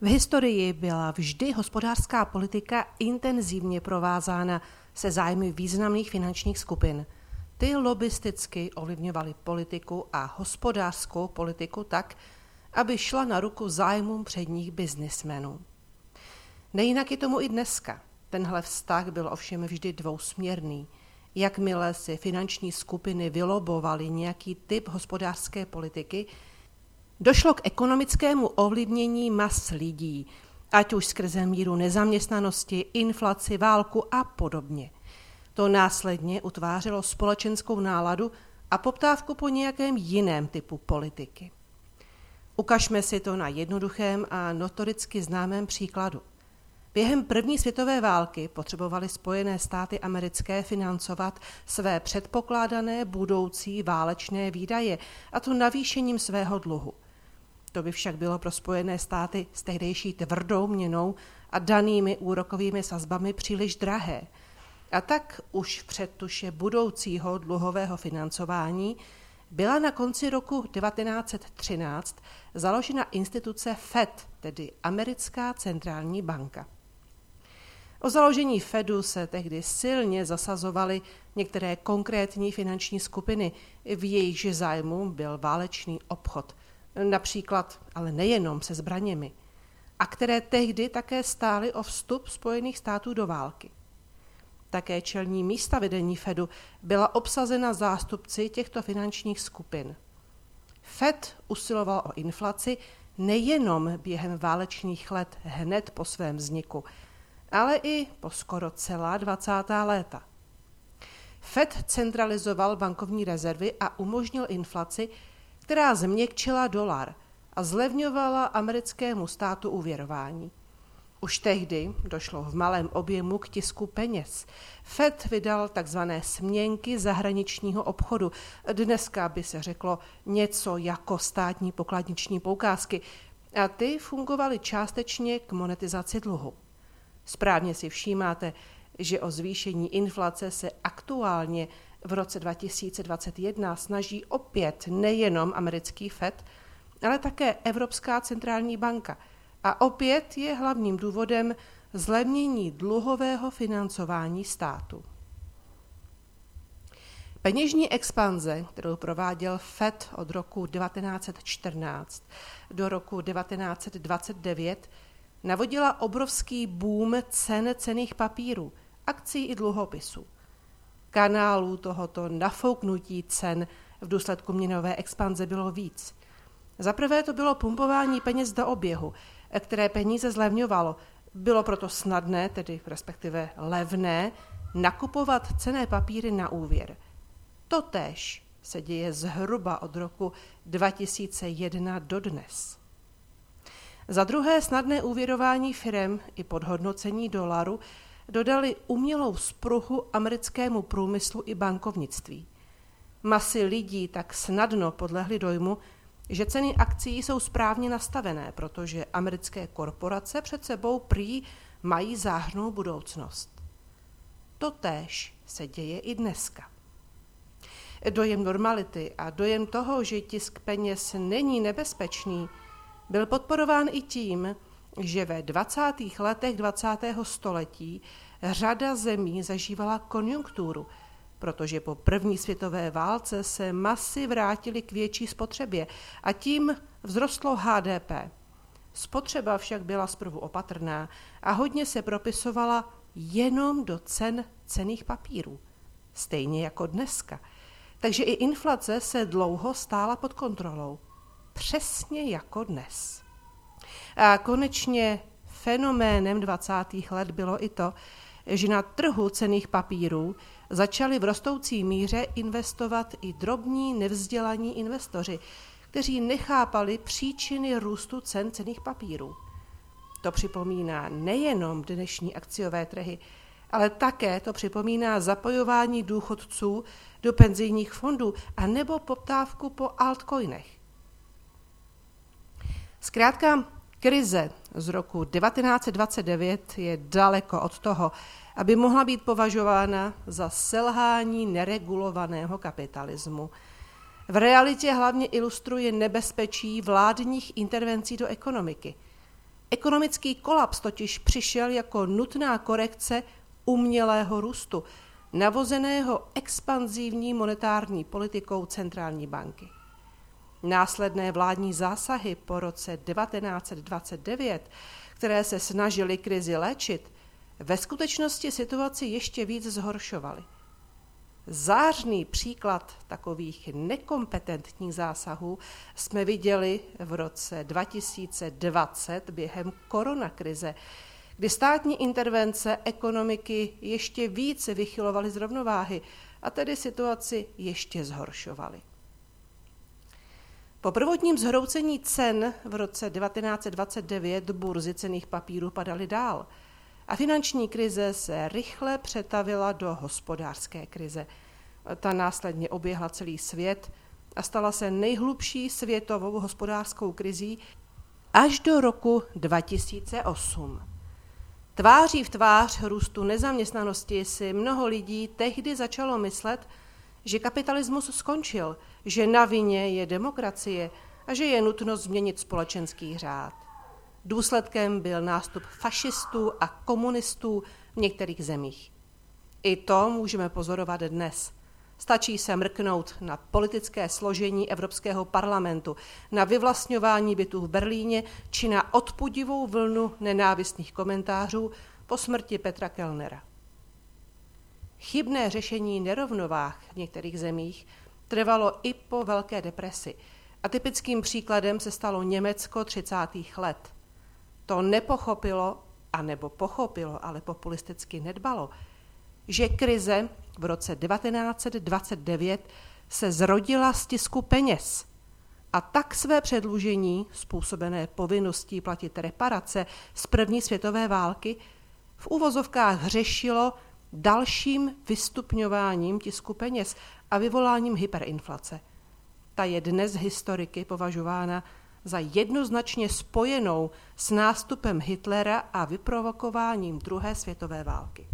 V historii byla vždy hospodářská politika intenzivně provázána se zájmy významných finančních skupin. Ty lobbysticky ovlivňovaly politiku a hospodářskou politiku tak, aby šla na ruku zájmům předních biznismenů. Nejinak je tomu i dneska. Tenhle vztah byl ovšem vždy dvousměrný. Jakmile si finanční skupiny vylobovaly nějaký typ hospodářské politiky, došlo k ekonomickému ovlivnění mas lidí, ať už skrze míru nezaměstnanosti, inflaci, válku a podobně. To následně utvářelo společenskou náladu a poptávku po nějakém jiném typu politiky. Ukažme si to na jednoduchém a notoricky známém příkladu. Během první světové války potřebovaly Spojené státy americké financovat své předpokládané budoucí válečné výdaje, a to navýšením svého dluhu. To by však bylo pro Spojené státy s tehdejší tvrdou měnou a danými úrokovými sazbami příliš drahé. A tak už v předtuše budoucího dluhového financování byla na konci roku 1913 založena instituce FED, tedy Americká centrální banka. O založení Fedu se tehdy silně zasazovaly některé konkrétní finanční skupiny, v jejichž zájmu byl válečný obchod, například, ale nejenom se zbraněmi, a které tehdy také stály o vstup Spojených států do války. Také čelní místa vedení Fedu byla obsazena zástupci těchto finančních skupin. Fed usiloval o inflaci nejenom během válečných let hned po svém vzniku, ale i po skoro celá 20. léta. Fed centralizoval bankovní rezervy a umožnil inflaci, která změkčila dolar a zlevňovala americkému státu úvěrování. Už tehdy došlo v malém objemu k tisku peněz. Fed vydal takzvané směnky zahraničního obchodu. Dneska by se řeklo něco jako státní pokladniční poukázky. A ty fungovaly částečně k monetizaci dluhu. Správně si všímáte, že o zvýšení inflace se aktuálně v roce 2021 snaží opět nejenom americký Fed, ale také Evropská centrální banka. A opět je hlavním důvodem zlevnění dluhového financování státu. Peněžní expanze, kterou prováděl Fed od roku 1914 do roku 1929, navodila obrovský boom cen cenných papírů, akcií i dluhopisů. Kanálů tohoto nafouknutí cen v důsledku měnové expanze bylo víc. Za prvé to bylo pumpování peněz do oběhu, které peníze zlevňovalo. Bylo proto snadné, tedy respektive levné, nakupovat cenné papíry na úvěr. Totéž se děje zhruba od roku 2001 dodnes. Za druhé snadné úvěrování firem i podhodnocení dolaru dodali umělou spruhu americkému průmyslu i bankovnictví. Masy lidí tak snadno podlehly dojmu, že ceny akcií jsou správně nastavené, protože americké korporace před sebou prý mají zářnou budoucnost. Totéž se děje i dneska. Dojem normality a dojem toho, že tisk peněz není nebezpečný, byl podporován i tím, že ve 20. letech 20. století řada zemí zažívala konjunkturu, protože po první světové válce se masy vrátily k větší spotřebě a tím vzrostlo HDP. Spotřeba však byla zprvu opatrná a hodně se propisovala jenom do cen cenných papírů, stejně jako dneska. Takže i inflace se dlouho stála pod kontrolou, přesně jako dnes. A konečně fenoménem 20. let bylo i to, že na trhu cenných papírů začali v rostoucí míře investovat i drobní nevzdělaní investoři, kteří nechápali příčiny růstu cen cenných papírů. To připomíná nejenom dnešní akciové trhy, ale také to připomíná zapojování důchodců do penzijních fondů a nebo poptávku po altcoinech. Zkrátka, krize z roku 1929 je daleko od toho, aby mohla být považována za selhání neregulovaného kapitalismu. V realitě hlavně ilustruje nebezpečí vládních intervencí do ekonomiky. Ekonomický kolaps totiž přišel jako nutná korekce umělého růstu, navozeného expanzivní monetární politikou centrální banky. Následné vládní zásahy po roce 1929, které se snažily krizi léčit, ve skutečnosti situaci ještě víc zhoršovaly. Zářný příklad takových nekompetentních zásahů jsme viděli v roce 2020 během koronakrize, kdy státní intervence ekonomiky ještě více vychylovaly z rovnováhy a tedy situaci ještě zhoršovaly. Po prvotním zhroucení cen v roce 1929 burzy cenných papírů padaly dál a finanční krize se rychle přetavila do hospodářské krize. Ta následně oběhla celý svět a stala se nejhlubší světovou hospodářskou krizí až do roku 2008. Tváří v tvář růstu nezaměstnanosti si mnoho lidí tehdy začalo myslet, že kapitalismus skončil, že na vině je demokracie a že je nutno změnit společenský řád. Důsledkem byl nástup fašistů a komunistů v některých zemích. I to můžeme pozorovat dnes. Stačí se mrknout na politické složení Evropského parlamentu, na vyvlastňování bytů v Berlíně či na odpudivou vlnu nenávistných komentářů po smrti Petra Kellnera. Chybné řešení nerovnováh v některých zemích trvalo i po Velké depresi a typickým příkladem se stalo Německo 30. let. To nepochopilo, anebo pochopilo, ale populisticky nedbalo, že krize v roce 1929 se zrodila z tisku peněz a tak své předlužení, způsobené povinností platit reparace z první světové války, v uvozovkách řešilo dalším vystupňováním tisku peněz a vyvoláním hyperinflace. Ta je dnes historiky považována za jednoznačně spojenou s nástupem Hitlera a vyprovokováním druhé světové války.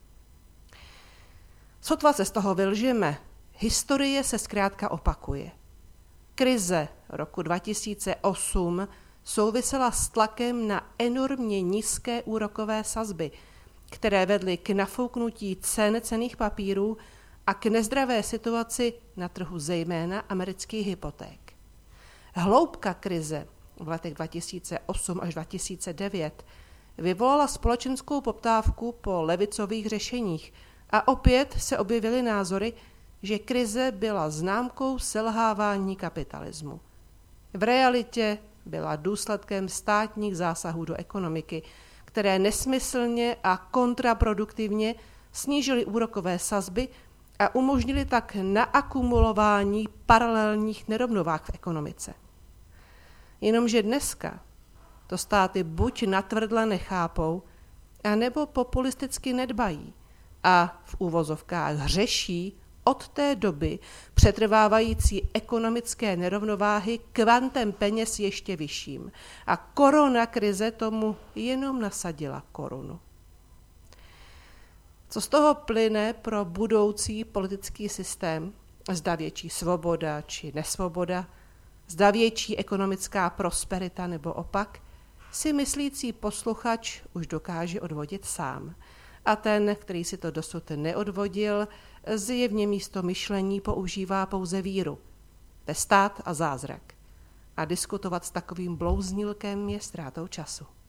Sotva se z toho vylžeme, historie se zkrátka opakuje. Krize roku 2008 souvisela s tlakem na enormně nízké úrokové sazby, které vedly k nafouknutí cen cenných papírů a k nezdravé situaci na trhu zejména amerických hypoték. Hloubka krize v letech 2008 až 2009 vyvolala společenskou poptávku po levicových řešeních a opět se objevily názory, že krize byla známkou selhávání kapitalismu. V realitě byla důsledkem státních zásahů do ekonomiky, které nesmyslně a kontraproduktivně snížily úrokové sazby a umožnily tak naakumulování paralelních nerovnovách v ekonomice. Jenomže dneska to státy buď natvrdle nechápou, anebo populisticky nedbají a v úvozovkách řeší od té doby přetrvávající ekonomické nerovnováhy kvantem peněz ještě vyšším. A koronakrize tomu jenom nasadila korunu. Co z toho plyne pro budoucí politický systém? Zda větší svoboda či nesvoboda? Zda větší ekonomická prosperita nebo opak? Si myslící posluchač už dokáže odvodit sám. A ten, který si to dosud neodvodil, zjevně místo myšlení používá pouze víru ve stát a zázrak. A diskutovat s takovým blouznílkem je ztrátou času.